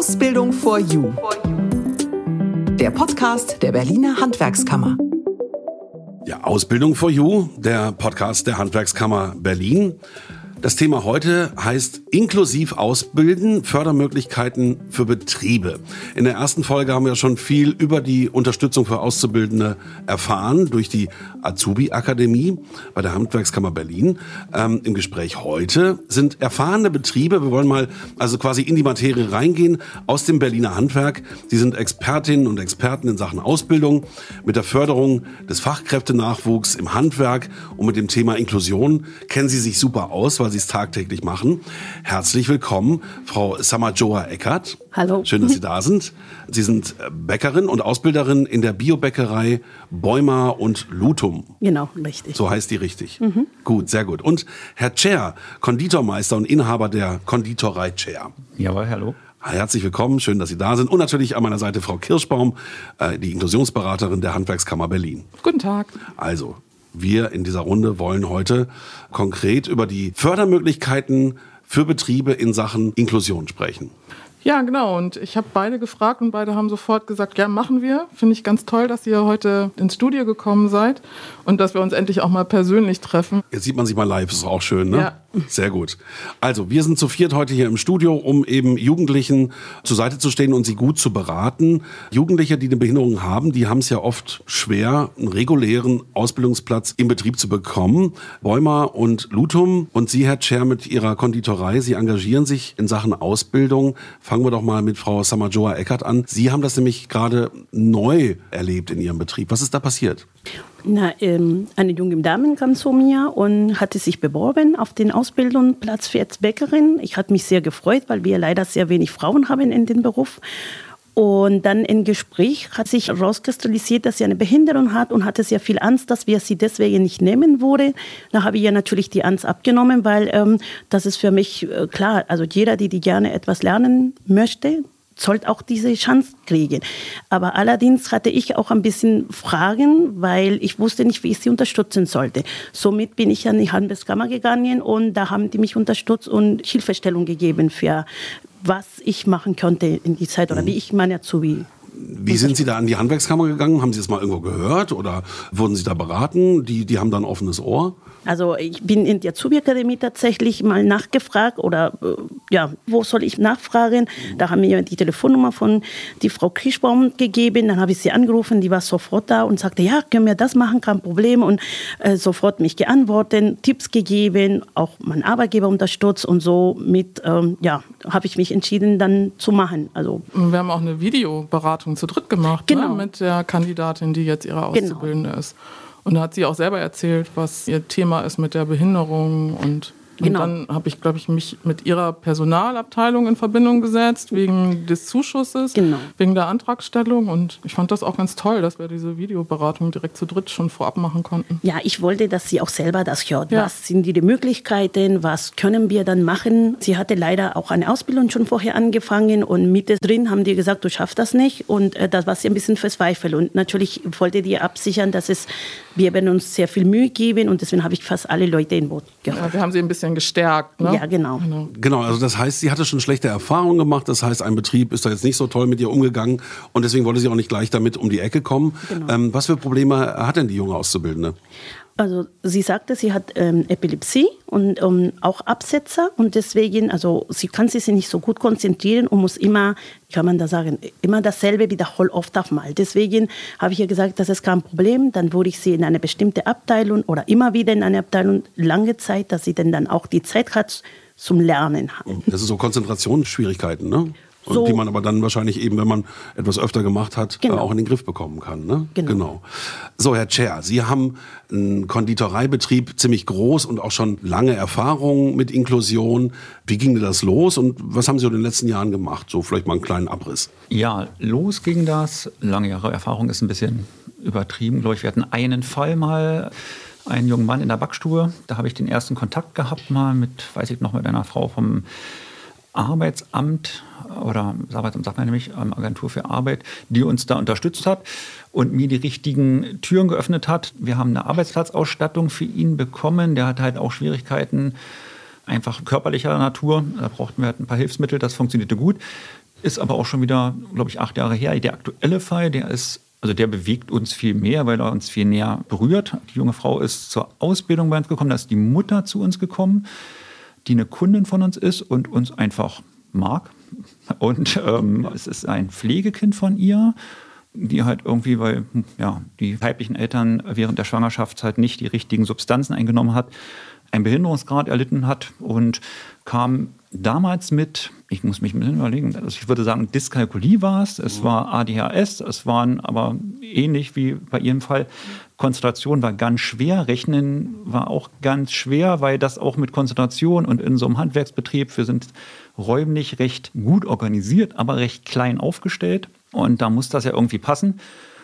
Ausbildung for You. Der Podcast der Berliner Handwerkskammer. Ja, Ausbildung for You, der Podcast der Handwerkskammer Berlin. Das Thema heute heißt inklusiv ausbilden, Fördermöglichkeiten für Betriebe. In der ersten Folge haben wir schon viel über die Unterstützung für Auszubildende erfahren durch die Azubi-Akademie bei der Handwerkskammer Berlin. Im Gespräch heute sind erfahrene Betriebe, wir wollen mal also quasi in die Materie reingehen, aus dem Berliner Handwerk. Sie sind Expertinnen und Experten in Sachen Ausbildung mit der Förderung des Fachkräftenachwuchs im Handwerk und mit dem Thema Inklusion kennen Sie sich super aus, weil Sie es tagtäglich machen. Herzlich willkommen, Frau Samajoa Eckert. Hallo. Schön, dass Sie da sind. Sie sind Bäckerin und Ausbilderin in der Biobäckerei Bäumer und Lutum. Genau, richtig. So heißt die richtig. Gut, sehr gut. Und Herr Tscher, Konditormeister und Inhaber der Konditorei Tscher. Jawohl, hallo. Herzlich willkommen, schön, dass Sie da sind. Und natürlich an meiner Seite Frau Kirschbaum, die Inklusionsberaterin der Handwerkskammer Berlin. Guten Tag. Also, wir in dieser Runde wollen heute konkret über die Fördermöglichkeiten für Betriebe in Sachen Inklusion sprechen. Ja, genau. Und ich habe beide gefragt und beide haben sofort gesagt, ja, machen wir. Finde ich ganz toll, dass ihr heute ins Studio gekommen seid und dass wir uns endlich auch mal persönlich treffen. Jetzt sieht man sich mal live, ist auch schön, ne? Ja. Sehr gut. Also, wir sind zu viert heute hier im Studio, um eben Jugendlichen zur Seite zu stehen und sie gut zu beraten. Jugendliche, die eine Behinderung haben, die haben es ja oft schwer, einen regulären Ausbildungsplatz im Betrieb zu bekommen. Bäumer und Lutum und Sie, Herr Tscher, mit Ihrer Konditorei, Sie engagieren sich in Sachen Ausbildung. Fangen wir doch mal mit Frau Samajoa Eckert an. Sie haben das nämlich gerade neu erlebt in Ihrem Betrieb. Was ist da passiert? Eine junge Dame kam zu mir und hatte sich beworben auf den Ausbildungsplatz für Bäckerin. Ich hatte mich sehr gefreut, weil wir leider sehr wenig Frauen haben in dem Beruf. Und dann im Gespräch hat sich herauskristallisiert, dass sie eine Behinderung hat und hatte sehr viel Angst, dass wir sie deswegen nicht nehmen würden. Da habe ich ihr natürlich die Angst abgenommen, weil das ist für mich klar. Also jeder, die gerne etwas lernen möchte, sollte auch diese Chance kriegen. Aber allerdings hatte ich auch ein bisschen Fragen, weil ich wusste nicht, wie ich sie unterstützen sollte. Somit bin ich an die Handwerkskammer gegangen und da haben die mich unterstützt und Hilfestellung gegeben für was ich machen konnte in die Zeit oder wie ich meine Azubi. Wie sind Sie da an die Handwerkskammer gegangen? Haben Sie das mal irgendwo gehört oder wurden Sie da beraten? Die haben da ein offenes Ohr? Also ich bin in der Azubi-Akademie tatsächlich mal nachgefragt oder wo soll ich nachfragen? Da haben mir die Telefonnummer von die Frau Kirschbaum gegeben. Dann habe ich sie angerufen, die war sofort da und sagte, ja, können wir das machen, kein Problem. Und sofort mich geantwortet, Tipps gegeben, auch mein Arbeitgeber unterstützt und so habe ich mich entschieden, dann zu machen. Also Wir haben auch eine Videoberatung zu dritt gemacht, genau. Ne, mit der Kandidatin, die jetzt ihre Auszubildende ist. Und da hat sie auch selber erzählt, was ihr Thema ist mit der Behinderung. Und dann habe ich, glaube ich, mich mit ihrer Personalabteilung in Verbindung gesetzt, wegen des Zuschusses, wegen der Antragstellung. Und ich fand das auch ganz toll, dass wir diese Videoberatung direkt zu dritt schon vorab machen konnten. Ja, ich wollte, dass sie auch selber das hört. Ja. Was sind die Möglichkeiten? Was können wir dann machen? Sie hatte leider auch eine Ausbildung schon vorher angefangen und mittendrin haben die gesagt, du schaffst das nicht. Und das war sie ein bisschen verzweifelt. Und natürlich wollte die absichern, dass wir werden uns sehr viel Mühe geben. Und deswegen habe ich fast alle Leute in Boot gehabt. Ja, wir haben sie ein bisschen gestärkt. Ne? Ja, genau. Genau, also das heißt, sie hatte schon schlechte Erfahrungen gemacht. Das heißt, ein Betrieb ist da jetzt nicht so toll mit ihr umgegangen. Und deswegen wollte sie auch nicht gleich damit um die Ecke kommen. Genau. Was für Probleme hat denn die junge Auszubildende? Also sie sagte, sie hat Epilepsie und auch Absetzer und deswegen, also sie kann sich nicht so gut konzentrieren und muss immer, kann man da sagen, immer dasselbe wiederholen, oft auf mal. Deswegen habe ich ihr gesagt, das ist kein Problem, dann würde ich sie in eine bestimmte Abteilung oder immer wieder in eine Abteilung lange Zeit, dass sie dann auch die Zeit hat zum Lernen. Das ist so Konzentrationsschwierigkeiten, ne? Und die man aber dann wahrscheinlich eben, wenn man etwas öfter gemacht hat, auch in den Griff bekommen kann. Ne? Genau. So, Herr Tscher, Sie haben einen Konditoreibetrieb, ziemlich groß und auch schon lange Erfahrung mit Inklusion. Wie ging das los und was haben Sie in den letzten Jahren gemacht? So vielleicht mal einen kleinen Abriss. Ja, los ging das. Lange Jahre Erfahrung ist ein bisschen übertrieben, glaube ich. Wir hatten einen Fall mal, einen jungen Mann in der Backstube. Da habe ich den ersten Kontakt gehabt mal mit einer Frau vom Arbeitsamt oder das Arbeitsamt sagt man nämlich, Agentur für Arbeit, die uns da unterstützt hat und mir die richtigen Türen geöffnet hat. Wir haben eine Arbeitsplatzausstattung für ihn bekommen. Der hat halt auch Schwierigkeiten, einfach körperlicher Natur. Da brauchten wir halt ein paar Hilfsmittel, das funktionierte gut. ist aber auch schon wieder, glaube ich, 8 Jahre her. Der aktuelle Fall, der bewegt uns viel mehr, weil er uns viel näher berührt. Die junge Frau ist zur Ausbildung bei uns gekommen, da ist die Mutter zu uns gekommen, die eine Kundin von uns ist und uns einfach mag. Und es ist ein Pflegekind von ihr, die halt irgendwie, weil die weiblichen Eltern während der Schwangerschaft halt nicht die richtigen Substanzen eingenommen hat, einen Behinderungsgrad erlitten hat und kam damals mit, ich muss mich ein bisschen überlegen, also ich würde sagen, Dyskalkulie war es, es war ADHS, es waren aber ähnlich wie bei ihrem Fall, Konzentration war ganz schwer, Rechnen war auch ganz schwer, weil das auch mit Konzentration und in so einem Handwerksbetrieb, wir sind räumlich recht gut organisiert, aber recht klein aufgestellt und da muss das ja irgendwie passen.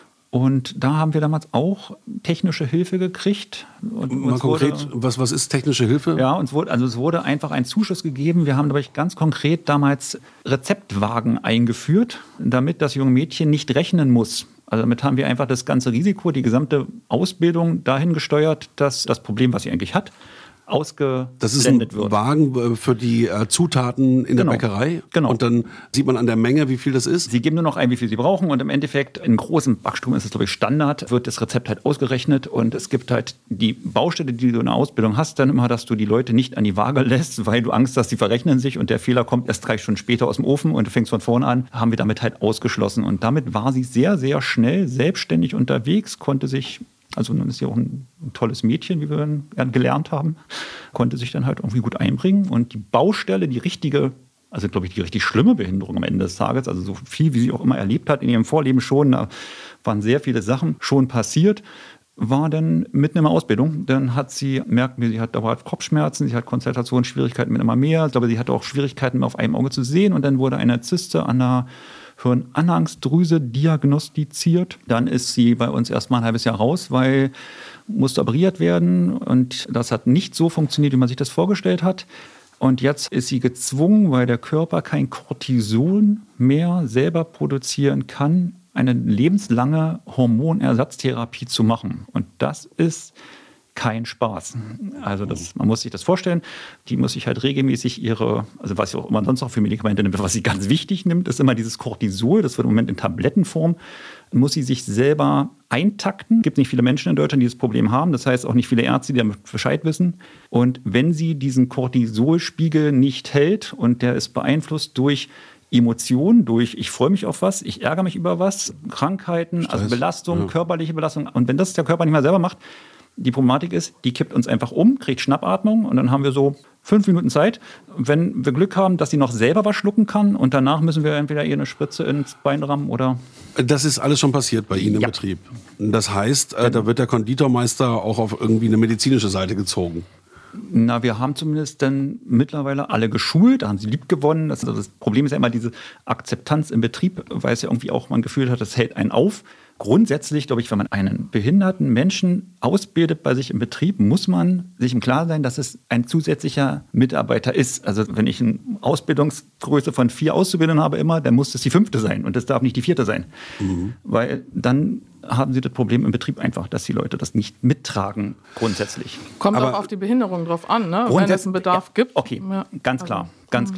Und da haben wir damals auch technische Hilfe gekriegt. Und mal konkret, was ist technische Hilfe? Ja, es wurde einfach ein Zuschuss gegeben. Wir haben, glaube ich, ganz konkret damals Rezeptwagen eingeführt, damit das junge Mädchen nicht rechnen muss. Also damit haben wir einfach das ganze Risiko, die gesamte Ausbildung dahin gesteuert, dass das Problem, was sie eigentlich hat, ausgeblendet wird. Das ist ein Wagen für die Zutaten in der Bäckerei. Genau. Und dann sieht man an der Menge, wie viel das ist. Sie geben nur noch ein, wie viel Sie brauchen. Und im Endeffekt, in großen Backstuben ist es, glaube ich, Standard, wird das Rezept halt ausgerechnet. Und es gibt halt die Baustelle, die du in der Ausbildung hast, dann immer, dass du die Leute nicht an die Waage lässt, weil du Angst hast, sie verrechnen sich und der Fehler kommt erst 3 Stunden später aus dem Ofen und du fängst von vorne an. Haben wir damit halt ausgeschlossen. Und damit war sie sehr, sehr schnell selbstständig unterwegs, konnte sich... Also nun ist sie auch ein tolles Mädchen, wie wir gelernt haben, konnte sich dann halt irgendwie gut einbringen. Und die Baustelle, die richtige, also glaube ich, die richtig schlimme Behinderung am Ende des Tages, also so viel, wie sie auch immer erlebt hat in ihrem Vorleben schon, da waren sehr viele Sachen schon passiert, war dann mitten in der Ausbildung. Dann merkten wir, sie hat aber Kopfschmerzen, sie hat Konzentrationsschwierigkeiten mit immer mehr. Ich glaube, sie hatte auch Schwierigkeiten, auf einem Auge zu sehen. Und dann wurde eine Zyste an der Hirnanhangsdrüse diagnostiziert. Dann ist sie bei uns erstmal ein halbes Jahr raus, weil musste operiert werden. Und das hat nicht so funktioniert, wie man sich das vorgestellt hat. Und jetzt ist sie gezwungen, weil der Körper kein Cortison mehr selber produzieren kann, eine lebenslange Hormonersatztherapie zu machen. Und das ist kein Spaß. Also man muss sich das vorstellen, die muss sich halt regelmäßig also was sie auch immer sonst noch für Medikamente nimmt, was sie ganz wichtig nimmt, ist immer dieses Cortisol, das wird im Moment in Tablettenform, muss sie sich selber eintakten. Es gibt nicht viele Menschen in Deutschland, die das Problem haben, das heißt auch nicht viele Ärzte, die damit Bescheid wissen. Und wenn sie diesen Cortisolspiegel nicht hält und der ist beeinflusst durch Emotionen, durch ich freue mich auf was, ich ärgere mich über was, Krankheiten, Stress, also Belastung, körperliche Belastung. Und wenn das der Körper nicht mehr selber macht, die Problematik ist, die kippt uns einfach um, kriegt Schnappatmung und dann haben wir so 5 Minuten Zeit. Wenn wir Glück haben, dass sie noch selber was schlucken kann und danach müssen wir entweder ihr eine Spritze ins Bein rammen oder... Das ist alles schon passiert bei Ihnen im Betrieb. Das heißt, da wird der Konditormeister auch auf irgendwie eine medizinische Seite gezogen. Na, wir haben zumindest dann mittlerweile alle geschult, da haben sie lieb gewonnen. Das Problem ist ja immer diese Akzeptanz im Betrieb, weil es ja irgendwie auch man gefühlt hat, das hält einen auf. Grundsätzlich, glaube ich, wenn man einen behinderten Menschen ausbildet bei sich im Betrieb, muss man sich im Klaren sein, dass es ein zusätzlicher Mitarbeiter ist. Also wenn ich eine Ausbildungsgröße von 4 Auszubildenden habe immer, dann muss es die 5. sein und das darf nicht die 4. sein. Mhm. Weil dann haben sie das Problem im Betrieb einfach, dass die Leute das nicht mittragen grundsätzlich. Kommt auch auf die Behinderung drauf an, ne? Wenn es einen Bedarf gibt. Okay, ganz klar.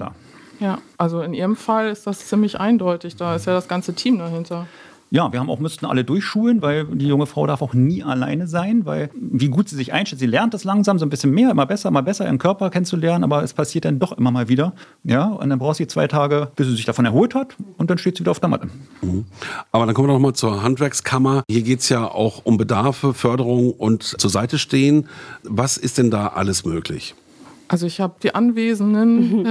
Ja, also in Ihrem Fall ist das ziemlich eindeutig, da ist ja das ganze Team dahinter. Ja, wir mussten alle durchschulen, weil die junge Frau darf auch nie alleine sein, weil wie gut sie sich einschätzt, sie lernt das langsam, so ein bisschen mehr, immer besser, ihren Körper kennenzulernen, aber es passiert dann doch immer mal wieder. Ja, und dann braucht sie 2 Tage, bis sie sich davon erholt hat und dann steht sie wieder auf der Matte. Mhm. Aber dann kommen wir noch mal zur Handwerkskammer. Hier geht es ja auch um Bedarfe, Förderung und zur Seite stehen. Was ist denn da alles möglich? Also ich habe die Anwesenden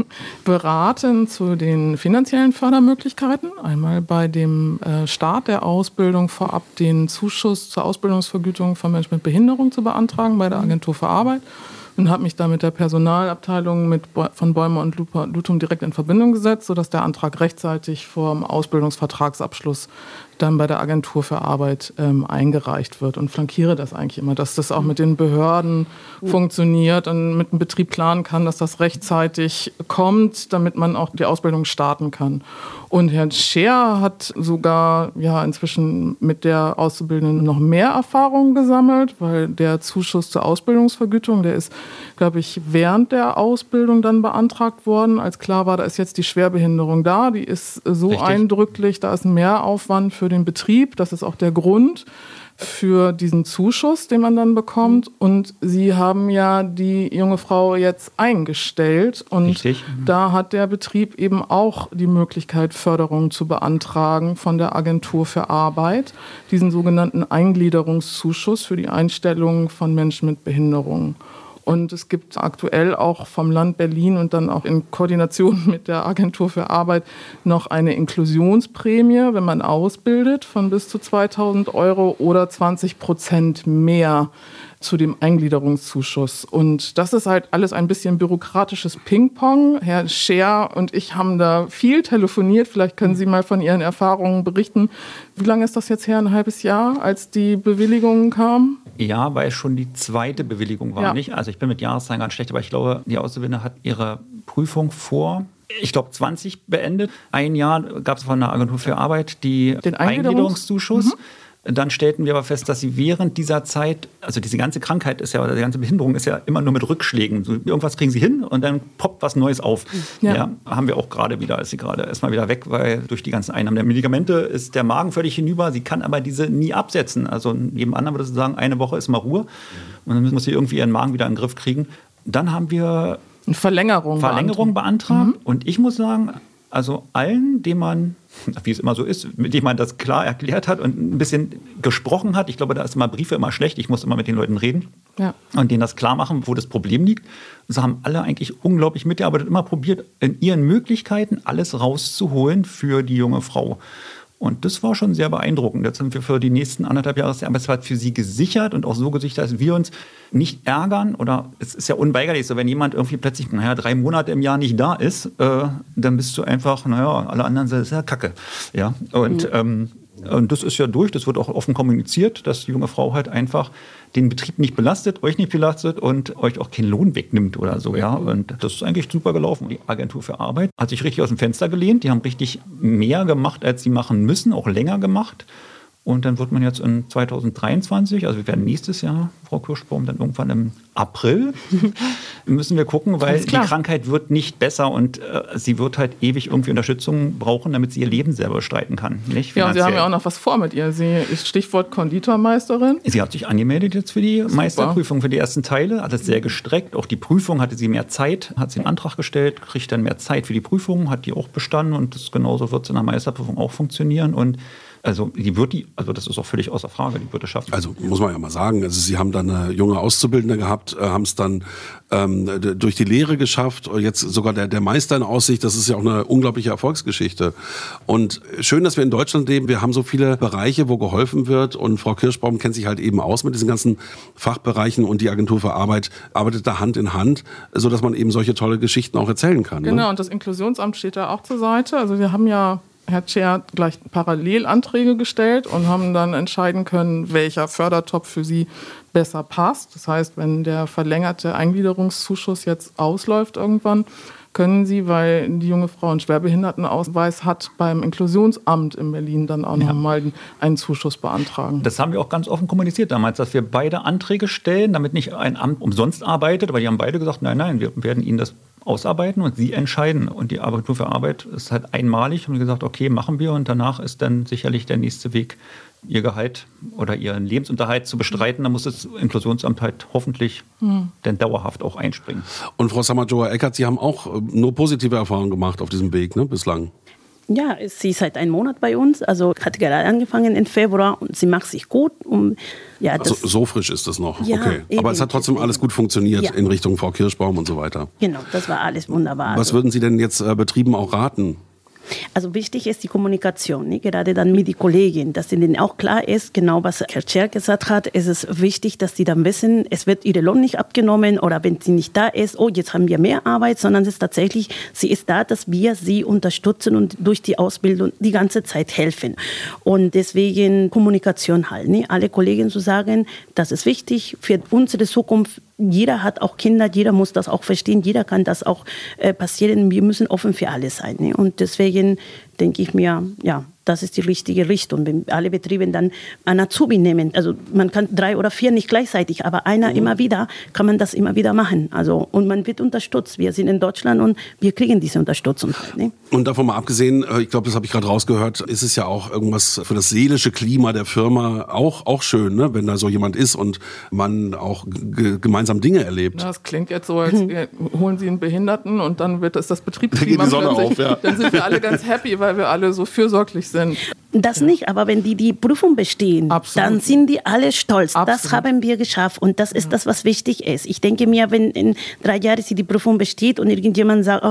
beraten zu den finanziellen Fördermöglichkeiten. Einmal bei dem Start der Ausbildung vorab den Zuschuss zur Ausbildungsvergütung von Menschen mit Behinderung zu beantragen bei der Agentur für Arbeit. Und habe mich da mit der Personalabteilung von Bäumer und Lutum direkt in Verbindung gesetzt, sodass der Antrag rechtzeitig vor dem Ausbildungsvertragsabschluss dann bei der Agentur für Arbeit eingereicht wird und flankiere das eigentlich immer, dass das auch mit den Behörden funktioniert und mit dem Betrieb planen kann, dass das rechtzeitig kommt, damit man auch die Ausbildung starten kann. Und Herr Scheer hat sogar inzwischen mit der Auszubildenden noch mehr Erfahrung gesammelt, weil der Zuschuss zur Ausbildungsvergütung, der ist glaube ich, während der Ausbildung dann beantragt worden, als klar war, da ist jetzt die Schwerbehinderung da, die ist so Richtig. eindrücklich, da ist ein Mehraufwand für den Betrieb, das ist auch der Grund für diesen Zuschuss, den man dann bekommt. Und Sie haben ja die junge Frau jetzt eingestellt. Und Richtig. Da hat der Betrieb eben auch die Möglichkeit, Förderung zu beantragen von der Agentur für Arbeit. Diesen sogenannten Eingliederungszuschuss für die Einstellung von Menschen mit Behinderung. Und es gibt aktuell auch vom Land Berlin und dann auch in Koordination mit der Agentur für Arbeit noch eine Inklusionsprämie, wenn man ausbildet, von bis zu 2.000 € oder 20% mehr zu dem Eingliederungszuschuss. Und das ist halt alles ein bisschen bürokratisches Ping-Pong. Herr Scher und ich haben da viel telefoniert. Vielleicht können Sie mal von Ihren Erfahrungen berichten. Wie lange ist das jetzt her? Ein halbes Jahr, als die Bewilligungen kamen? Ja, weil es schon die zweite Bewilligung war, Ja. nicht? Also ich bin mit Jahreszahlen ganz schlecht, aber ich glaube, die Auszubildende hat ihre Prüfung vor, ich glaube, 20 beendet. Ein Jahr gab es von der Agentur für Arbeit den Eingliederungszuschuss. Dann stellten wir aber fest, dass sie während dieser Zeit, also diese ganze Krankheit ist ja, oder die ganze Behinderung ist ja immer nur mit Rückschlägen. So, irgendwas kriegen sie hin und dann poppt was Neues auf. Ja, haben wir auch gerade wieder, ist sie gerade erstmal wieder weg, weil durch die ganzen Einnahmen der Medikamente ist der Magen völlig hinüber. Sie kann aber diese nie absetzen. Also neben anderen würde sie sagen, eine Woche ist mal Ruhe und dann muss sie irgendwie ihren Magen wieder in den Griff kriegen. Dann haben wir eine Verlängerung beantragt. Und ich muss sagen, also allen, denen man, wie es immer so ist, mit denen man das klar erklärt hat und ein bisschen gesprochen hat, ich glaube, da ist immer Briefe immer schlecht, ich muss immer mit den Leuten reden und denen das klar machen, wo das Problem liegt. Sie haben alle eigentlich unglaublich mitgearbeitet, immer probiert, in ihren Möglichkeiten alles rauszuholen für die junge Frau. Und das war schon sehr beeindruckend. Jetzt sind wir für die nächsten 1,5 Jahre der Arbeitszeit für sie gesichert und auch so gesichert, dass wir uns nicht ärgern. Oder es ist ja unweigerlich so, wenn jemand irgendwie plötzlich 3 Monate im Jahr nicht da ist, dann bist du einfach, alle anderen sagen, das ist ja Kacke. Ja? Und das ist ja durch, das wird auch offen kommuniziert, dass die junge Frau halt einfach den Betrieb nicht belastet, euch nicht belastet und euch auch keinen Lohn wegnimmt oder so. Ja? Und das ist eigentlich super gelaufen. Die Agentur für Arbeit hat sich richtig aus dem Fenster gelehnt. Die haben richtig mehr gemacht, als sie machen müssen, auch länger gemacht. Und dann wird man jetzt in 2023, also wir werden nächstes Jahr, Frau Kirschbaum, dann irgendwann im April, müssen wir gucken, weil die Krankheit wird nicht besser und sie wird halt ewig irgendwie Unterstützung brauchen, damit sie ihr Leben selber bestreiten kann. Nicht? Ja, und Sie haben ja auch noch was vor mit ihr. Sie ist Stichwort Konditormeisterin. Sie hat sich angemeldet jetzt für die Meisterprüfung, für die ersten Teile, hat es sehr gestreckt. Auch die Prüfung hatte sie mehr Zeit, hat sie einen Antrag gestellt, kriegt dann mehr Zeit für die Prüfung, hat die auch bestanden und das genauso wird es in der Meisterprüfung auch funktionieren. Und also das ist auch völlig außer Frage, die wird es schaffen. Also muss man ja mal sagen, also Sie haben dann eine junge Auszubildende gehabt, haben es dann durch die Lehre geschafft, jetzt sogar der Meister in Aussicht, das ist ja auch eine unglaubliche Erfolgsgeschichte. Und schön, dass wir in Deutschland leben, wir haben so viele Bereiche, wo geholfen wird und Frau Kirschbaum kennt sich halt eben aus mit diesen ganzen Fachbereichen und die Agentur für Arbeit arbeitet da Hand in Hand, sodass man eben solche tolle Geschichten auch erzählen kann. Genau, ne? Und das Inklusionsamt steht da auch zur Seite. Also wir haben ja Herr Scher hat gleich Parallelanträge gestellt und haben dann entscheiden können, welcher Fördertopf für sie besser passt. Das heißt, wenn der verlängerte Eingliederungszuschuss jetzt ausläuft irgendwann, können Sie, weil die junge Frau einen Schwerbehindertenausweis hat, beim Inklusionsamt in Berlin dann auch nochmal einen Zuschuss beantragen. Das haben wir auch ganz offen kommuniziert damals, dass wir beide Anträge stellen, damit nicht ein Amt umsonst arbeitet, weil die haben beide gesagt, nein, wir werden Ihnen das ausarbeiten und Sie entscheiden. Und die Agentur für Arbeit ist halt einmalig. Haben wir gesagt, okay, machen wir. Und danach ist dann sicherlich der nächste Weg, ihr Gehalt oder ihren Lebensunterhalt zu bestreiten. Da muss das Inklusionsamt halt hoffentlich dann dauerhaft auch einspringen. Und Frau Samajoa-Eckert, Sie haben auch nur positive Erfahrungen gemacht auf diesem Weg, ne, bislang? Ja, sie ist seit einem Monat bei uns, also hat gerade angefangen im Februar und sie macht sich gut. Also so frisch ist das noch, ja, okay. Eben, aber es hat trotzdem alles gut funktioniert ja. In Richtung Frau Kirschbaum und so weiter. Genau, das war alles wunderbar. Was würden Sie denn jetzt Betrieben auch raten? Also wichtig ist die Kommunikation, ne? Gerade dann mit den Kollegen, dass ihnen auch klar ist, genau was Herr Scher gesagt hat, es ist wichtig, dass sie dann wissen, es wird ihre Lohn nicht abgenommen oder wenn sie nicht da ist, oh, jetzt haben wir mehr Arbeit, sondern es ist tatsächlich, sie ist da, dass wir sie unterstützen und durch die Ausbildung die ganze Zeit helfen. Und deswegen Kommunikation halt, ne? Alle Kollegen zu sagen, das ist wichtig für unsere Zukunft. Jeder hat auch Kinder, jeder muss das auch verstehen, jeder kann das auch passieren. Wir müssen offen für alles sein. Ne? Und deswegen denke ich mir, ja, das ist die richtige Richtung. Wenn alle Betriebe dann einen Azubi nehmen, also man kann 3 oder 4 nicht gleichzeitig, aber einer immer wieder, kann man das immer wieder machen. Also, und man wird unterstützt. Wir sind in Deutschland und wir kriegen diese Unterstützung. Ne? Und davon mal abgesehen, ich glaube, das habe ich gerade rausgehört, ist es ja auch irgendwas für das seelische Klima der Firma auch schön, ne? Wenn da so jemand ist und man auch gemeinsam Dinge erlebt. Das klingt jetzt so, als holen Sie einen Behinderten und dann wird das Betriebsklima. Da geht die Sonne auf, ja. Dann sind wir alle ganz happy, weil wir alle so fürsorglich sind. Das nicht, aber wenn die Prüfung bestehen, dann sind die alle stolz. Absolut. Das haben wir geschafft und das ist das, was wichtig ist. Ich denke mir, wenn in 3 Jahren die Prüfung besteht und irgendjemand sagt,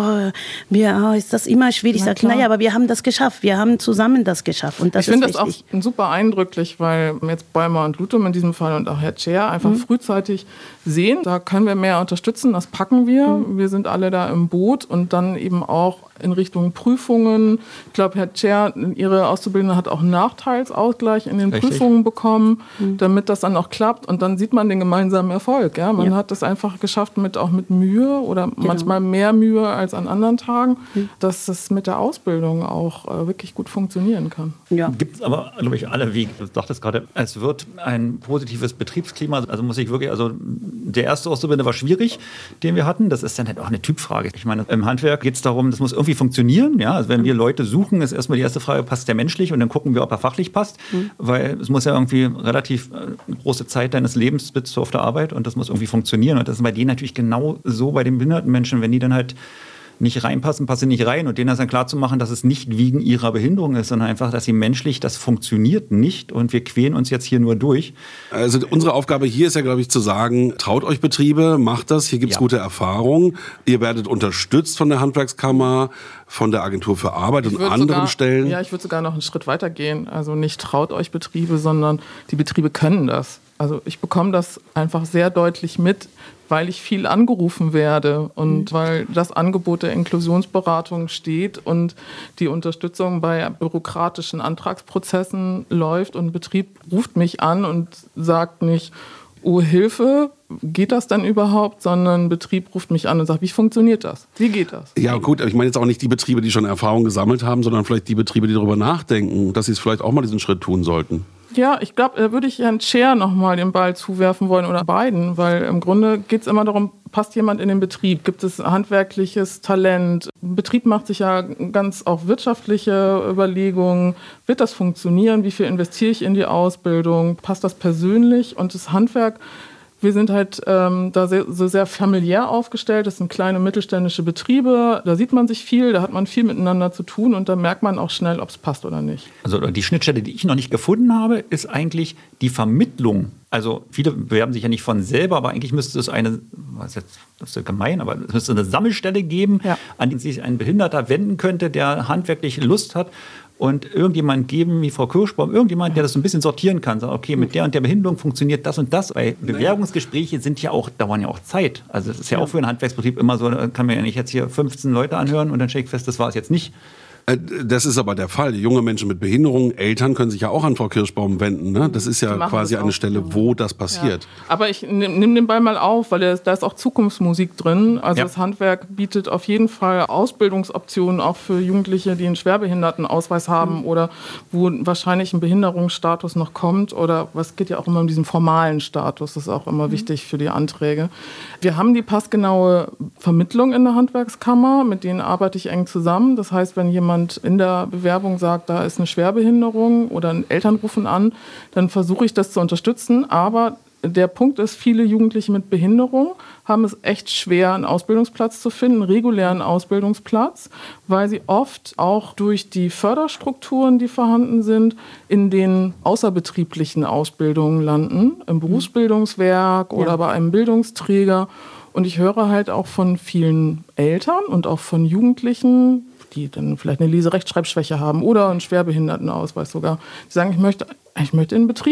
ist das immer schwierig, ich sage, naja, aber wir haben das geschafft, wir haben zusammen das geschafft und das ist wichtig. Ich finde das auch super eindrücklich, weil jetzt Bäumer und Lutum in diesem Fall und auch Herr Tscher einfach frühzeitig sehen, da können wir mehr unterstützen, das packen wir. Wir sind alle da im Boot und dann eben auch in Richtung Prüfungen. Ich glaube, Herr Tscher, Ihre Auszubildende, hat auch einen Nachteilsausgleich in den Prüfungen bekommen, damit das dann auch klappt. Und dann sieht man den gemeinsamen Erfolg. Ja? Man hat es einfach geschafft, auch mit Mühe oder manchmal mehr Mühe als an anderen Tagen, dass das mit der Ausbildung auch wirklich gut funktionieren kann. Ja. Gibt es aber, glaube ich, alle Wege. Du sagtest gerade, es wird ein positives Betriebsklima. Also muss ich wirklich, der erste Auszubildende war schwierig, den wir hatten. Das ist dann halt auch eine Typfrage. Ich meine, im Handwerk geht es darum, das muss irgendwie funktionieren. Ja? Also wenn wir Leute suchen, ist erstmal die erste Frage, passt der menschlich? Und dann gucken wir, ob er fachlich passt. Weil es muss ja irgendwie relativ große Zeit deines Lebens bist du auf der Arbeit und das muss irgendwie funktionieren. Und das ist bei denen natürlich genau so bei den behinderten Menschen, wenn die dann halt nicht reinpassen, passen nicht rein. Und denen das dann klar zu machen, dass es nicht wegen ihrer Behinderung ist, sondern einfach, dass sie menschlich, das funktioniert nicht und wir quälen uns jetzt hier nur durch. Also unsere Aufgabe hier ist ja, glaube ich, zu sagen, traut euch Betriebe, macht das, hier gibt's gute Erfahrungen. Ihr werdet unterstützt von der Handwerkskammer, von der Agentur für Arbeit und anderen Stellen. Ja, ich würde sogar noch einen Schritt weiter gehen. Also nicht traut euch Betriebe, sondern die Betriebe können das. Also ich bekomme das einfach sehr deutlich mit, weil ich viel angerufen werde und weil das Angebot der Inklusionsberatung steht und die Unterstützung bei bürokratischen Antragsprozessen läuft und ein Betrieb ruft mich an und sagt nicht, oh Hilfe, geht das dann überhaupt, sondern ein Betrieb ruft mich an und sagt, wie funktioniert das? Wie geht das? Ja gut, ich meine jetzt auch nicht die Betriebe, die schon Erfahrung gesammelt haben, sondern vielleicht die Betriebe, die darüber nachdenken, dass sie es vielleicht auch mal diesen Schritt tun sollten. Ja, ich glaube, da würde ich Herrn Tscher nochmal den Ball zuwerfen wollen oder beiden, weil im Grunde geht es immer darum, passt jemand in den Betrieb? Gibt es handwerkliches Talent? Ein Betrieb macht sich ja ganz auch wirtschaftliche Überlegungen. Wird das funktionieren? Wie viel investiere ich in die Ausbildung? Passt das persönlich? Und das Handwerk, wir sind halt da sehr familiär aufgestellt. Das sind kleine mittelständische Betriebe. Da sieht man sich viel, da hat man viel miteinander zu tun und da merkt man auch schnell, ob es passt oder nicht. Also die Schnittstelle, die ich noch nicht gefunden habe, ist eigentlich die Vermittlung. Also viele bewerben sich ja nicht von selber, aber eigentlich müsste es das ist gemein, aber es müsste eine Sammelstelle geben, an die sich ein Behinderter wenden könnte, der handwerklich Lust hat. Und irgendjemand geben, wie Frau Kirschbaum, irgendjemand, der das so ein bisschen sortieren kann. Sagt, okay, mit der und der Behinderung funktioniert das und das. Weil Bewerbungsgespräche dauern ja auch Zeit. Also das ist ja auch für einen Handwerksbetrieb immer so, da kann man ja nicht jetzt hier 15 Leute anhören und dann stelle ich fest, das war es jetzt nicht. Das ist aber der Fall. Junge Menschen mit Behinderung, Eltern können sich ja auch an Frau Kirschbaum wenden. Ne? Das ist ja quasi eine Stelle, wo das passiert. Ja. Aber ich nehme den Ball mal auf, weil da ist auch Zukunftsmusik drin. Also das Handwerk bietet auf jeden Fall Ausbildungsoptionen auch für Jugendliche, die einen Schwerbehindertenausweis haben oder wo wahrscheinlich ein Behinderungsstatus noch kommt. Oder was geht ja auch immer um diesen formalen Status. Das ist auch immer wichtig für die Anträge. Wir haben die passgenaue Vermittlung in der Handwerkskammer. Mit denen arbeite ich eng zusammen. Das heißt, wenn jemand in der Bewerbung sagt, da ist eine Schwerbehinderung oder Eltern rufen an, dann versuche ich das zu unterstützen. Aber der Punkt ist, viele Jugendliche mit Behinderung haben es echt schwer, einen Ausbildungsplatz zu finden, einen regulären Ausbildungsplatz, weil sie oft auch durch die Förderstrukturen, die vorhanden sind, in den außerbetrieblichen Ausbildungen landen, im Berufsbildungswerk oder bei einem Bildungsträger. Und ich höre halt auch von vielen Eltern und auch von Jugendlichen, die dann vielleicht eine Lese-Rechtschreibschwäche haben oder einen Schwerbehindertenausweis sogar, die sagen, ich möchte in den Betrieb.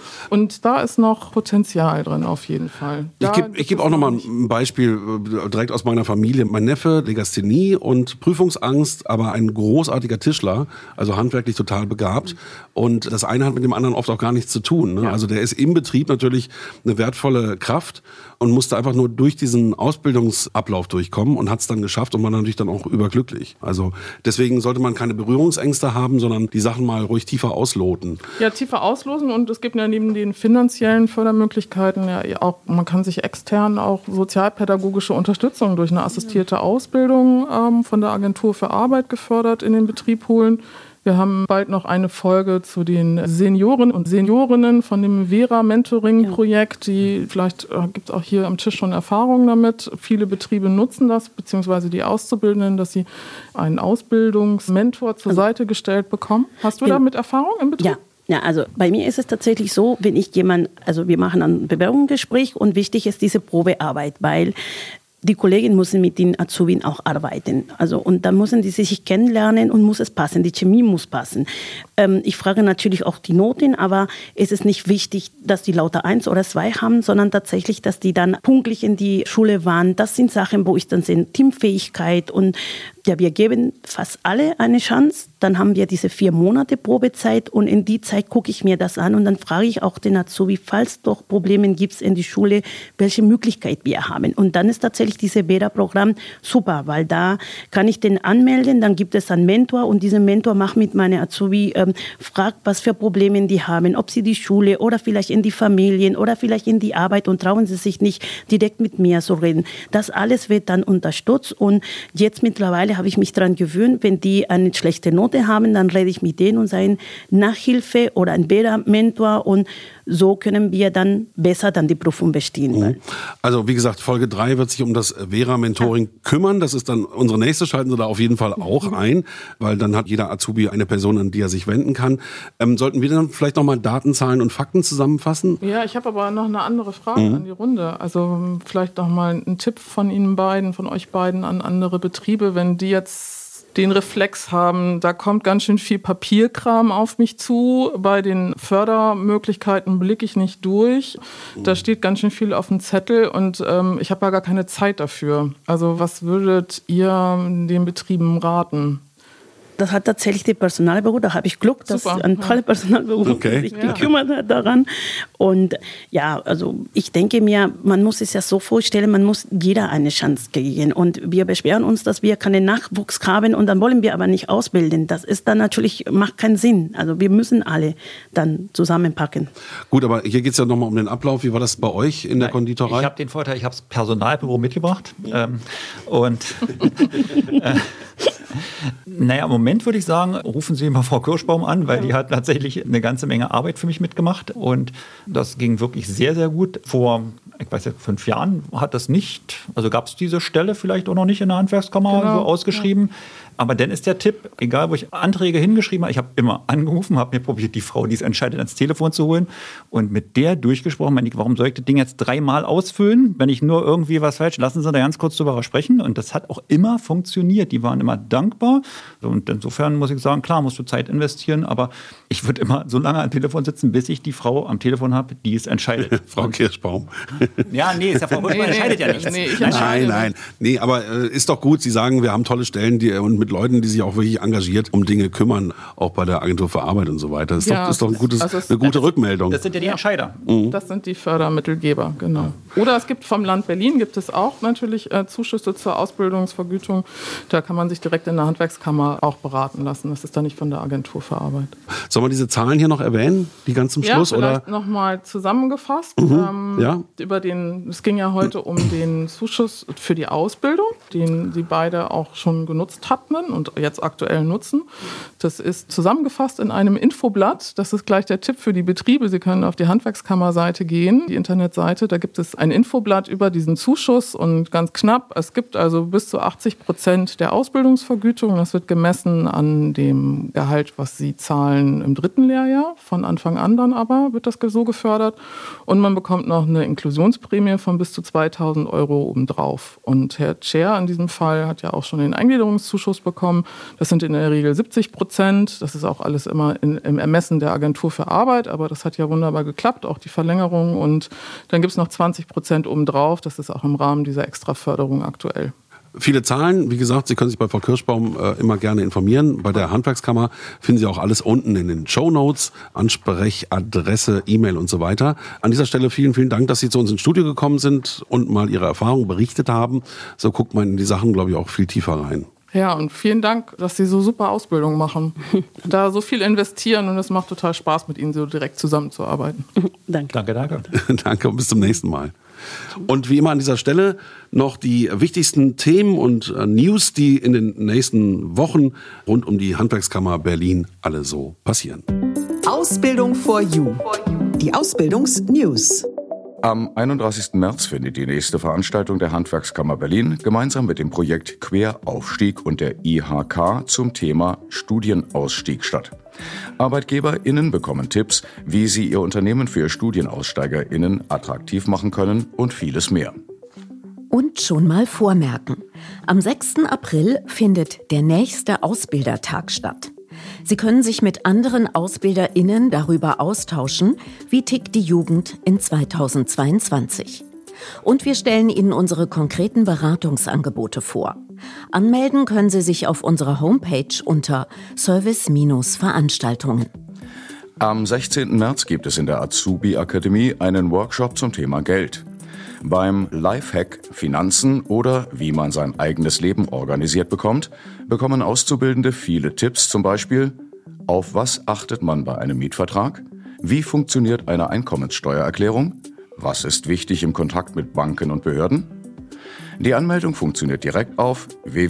Und da ist noch Potenzial drin auf jeden Fall. Ich gebe auch noch mal ein Beispiel direkt aus meiner Familie. Mein Neffe, Legasthenie und Prüfungsangst, aber ein großartiger Tischler, also handwerklich total begabt. Und das eine hat mit dem anderen oft auch gar nichts zu tun. Ne? Ja. Also der ist im Betrieb natürlich eine wertvolle Kraft und musste einfach nur durch diesen Ausbildungsablauf durchkommen und hat es dann geschafft und war natürlich dann auch überglücklich. Also deswegen sollte man keine Berührungsängste haben, sondern die Sachen mal ruhig tiefer ausloten. Ja, tiefer ausloten, und es gibt ja neben den finanziellen Fördermöglichkeiten ja auch, man kann sich extern auch sozialpädagogische Unterstützung durch eine assistierte Ausbildung von der Agentur für Arbeit gefördert in den Betrieb holen. Wir haben bald noch eine Folge zu den Senioren und Seniorinnen von dem Vera-Mentoring-Projekt. Vielleicht gibt es auch hier am Tisch schon Erfahrungen damit. Viele Betriebe nutzen das, beziehungsweise die Auszubildenden, dass sie einen Ausbildungsmentor zur Seite gestellt bekommen. Hast du damit Erfahrung im Betrieb? Ja, also bei mir ist es tatsächlich so, wenn ich also wir machen ein Bewerbungsgespräch und wichtig ist diese Probearbeit, weil die Kolleginnen müssen mit den Azubien auch arbeiten. Also, und dann müssen die sich kennenlernen und muss es passen. Die Chemie muss passen. Ich frage natürlich auch die Noten, aber es ist nicht wichtig, dass die lauter 1 oder 2 haben, sondern tatsächlich, dass die dann pünktlich in die Schule waren. Das sind Sachen, wo ich dann sehe, Teamfähigkeit, und ja, wir geben fast alle eine Chance. Dann haben wir diese 4 Monate Probezeit und in die Zeit gucke ich mir das an und dann frage ich auch den Azubi, falls doch Probleme gibt es in die Schule, welche Möglichkeit wir haben. Und dann ist tatsächlich dieses Vera-Programm super, weil da kann ich den anmelden, dann gibt es einen Mentor und dieser Mentor macht mit meinen Azubi, fragt, was für Probleme die haben, ob sie die Schule oder vielleicht in die Familien oder vielleicht in die Arbeit, und trauen sie sich nicht direkt mit mir zu reden. Das alles wird dann unterstützt, und jetzt mittlerweile habe ich mich daran gewöhnt, wenn die eine schlechte Note haben, dann rede ich mit denen und sage Nachhilfe oder ein Vera-Mentor, und so können wir dann besser die Prüfung bestehen. Also wie gesagt, Folge 3 wird sich um das Vera-Mentoring kümmern. Das ist dann unsere nächste, schalten Sie da auf jeden Fall auch ein, weil dann hat jeder Azubi eine Person, an die er sich wenden kann. Sollten wir dann vielleicht nochmal Daten, Zahlen und Fakten zusammenfassen? Ja, ich habe aber noch eine andere Frage an die Runde. Also vielleicht nochmal ein Tipp von Ihnen beiden, von euch beiden an andere Betriebe, wenn die jetzt den Reflex haben, da kommt ganz schön viel Papierkram auf mich zu. Bei den Fördermöglichkeiten blicke ich nicht durch. Da steht ganz schön viel auf dem Zettel und ich habe ja gar keine Zeit dafür. Also was würdet ihr den Betrieben raten? Das hat tatsächlich der Personalbüro, da habe ich Glück, dass ein tolles Personalbüro sich gekümmert hat daran. Und ja, also ich denke mir, man muss es ja so vorstellen, man muss jeder eine Chance geben. Und wir beschweren uns, dass wir keinen Nachwuchs haben und dann wollen wir aber nicht ausbilden. Das ist dann natürlich, macht keinen Sinn. Also wir müssen alle dann zusammenpacken. Gut, aber hier geht es ja nochmal um den Ablauf. Wie war das bei euch in der Konditorei? Ich habe den Vorteil, ich habe das Personalbüro mitgebracht. Naja, im Moment würde ich sagen, rufen Sie mal Frau Kirschbaum an, weil die hat tatsächlich eine ganze Menge Arbeit für mich mitgemacht und das ging wirklich sehr, sehr gut. Vor, ich weiß nicht, 5 Jahren hat das nicht, also gab es diese Stelle vielleicht auch noch nicht in der Handwerkskammer so ausgeschrieben. Ja. Aber dann ist der Tipp, egal wo ich Anträge hingeschrieben habe, ich habe immer angerufen, habe mir probiert, die Frau, die es entscheidet, ans Telefon zu holen und mit der durchgesprochen. Meine ich, warum soll ich das Ding jetzt 3-mal ausfüllen, wenn ich nur irgendwie was falsch, lassen Sie da ganz kurz drüber sprechen. Und das hat auch immer funktioniert. Die waren immer dankbar. Und insofern muss ich sagen, klar, musst du Zeit investieren, aber ich würde immer so lange am Telefon sitzen, bis ich die Frau am Telefon habe, die es entscheidet. Frau Kirschbaum. Ja, nee, ist ja Frau Kirschbaum, entscheidet ja nichts. Nein. Nee, aber ist doch gut. Sie sagen, wir haben tolle Stellen und mit Leuten, die sich auch wirklich engagiert um Dinge kümmern, auch bei der Agentur für Arbeit und so weiter. Das ist doch eine gute Rückmeldung. Das sind ja die Entscheider. Das sind die Fördermittelgeber, genau. Oder es gibt vom Land Berlin, gibt es auch natürlich Zuschüsse zur Ausbildungsvergütung. Da kann man sich direkt in der Handwerkskammer auch beraten lassen. Das ist dann nicht von der Agentur für Arbeit. Sollen wir diese Zahlen hier noch erwähnen, die ganz zum Schluss? Ja, vielleicht nochmal zusammengefasst. Es ging ja heute um den Zuschuss für die Ausbildung, den Sie beide auch schon genutzt hatten und jetzt aktuell nutzen. Das ist zusammengefasst in einem Infoblatt. Das ist gleich der Tipp für die Betriebe. Sie können auf die Handwerkskammer-Seite gehen, die Internetseite. Da gibt es ein Infoblatt über diesen Zuschuss und ganz knapp, es gibt also bis zu 80% der Ausbildungsvergütung. Das wird gemessen an dem Gehalt, was Sie zahlen im 3. Lehrjahr. Von Anfang an dann aber wird das so gefördert. Und man bekommt noch eine Inklusionsprämie von bis zu 2.000 € obendrauf. Und Herr Tscher in diesem Fall hat ja auch schon den Eingliederungszuschuss bekommen. Das sind in der Regel 70%. Das ist auch alles immer im Ermessen der Agentur für Arbeit, aber das hat ja wunderbar geklappt, auch die Verlängerung. Und dann gibt es noch 20% obendrauf. Das ist auch im Rahmen dieser Extraförderung aktuell. Viele Zahlen, wie gesagt, Sie können sich bei Frau Kirschbaum immer gerne informieren. Bei der Handwerkskammer finden Sie auch alles unten in den Shownotes, Ansprechadresse, E-Mail und so weiter. An dieser Stelle vielen, vielen Dank, dass Sie zu uns ins Studio gekommen sind und mal Ihre Erfahrungen berichtet haben. So guckt man in die Sachen, glaube ich, auch viel tiefer rein. Ja, und vielen Dank, dass Sie so super Ausbildung machen. Da so viel investieren und es macht total Spaß, mit Ihnen so direkt zusammenzuarbeiten. Danke. Danke. Danke und bis zum nächsten Mal. Und wie immer an dieser Stelle noch die wichtigsten Themen und News, die in den nächsten Wochen rund um die Handwerkskammer Berlin alle so passieren. Ausbildung for You. Die Ausbildungsnews. Am 31. März findet die nächste Veranstaltung der Handwerkskammer Berlin gemeinsam mit dem Projekt Queraufstieg und der IHK zum Thema Studienausstieg statt. ArbeitgeberInnen bekommen Tipps, wie sie ihr Unternehmen für StudienaussteigerInnen attraktiv machen können und vieles mehr. Und schon mal vormerken. Am 6. April findet der nächste Ausbildertag statt. Sie können sich mit anderen AusbilderInnen darüber austauschen, wie tickt die Jugend in 2022. Und wir stellen Ihnen unsere konkreten Beratungsangebote vor. Anmelden können Sie sich auf unserer Homepage unter Service-Veranstaltungen. Am 16. März gibt es in der Azubi-Akademie einen Workshop zum Thema Geld. Beim Lifehack Finanzen oder wie man sein eigenes Leben organisiert bekommt, bekommen Auszubildende viele Tipps, zum Beispiel: Auf was achtet man bei einem Mietvertrag? Wie funktioniert eine Einkommenssteuererklärung? Was ist wichtig im Kontakt mit Banken und Behörden? Die Anmeldung funktioniert direkt auf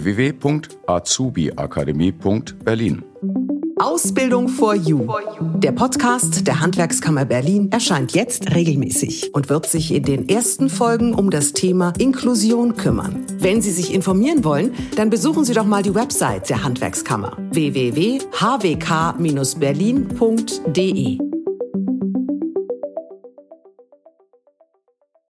www.azubiakademie.berlin. Ausbildung for You. Der Podcast der Handwerkskammer Berlin erscheint jetzt regelmäßig und wird sich in den ersten Folgen um das Thema Inklusion kümmern. Wenn Sie sich informieren wollen, dann besuchen Sie doch mal die Website der Handwerkskammer www.hwk-berlin.de.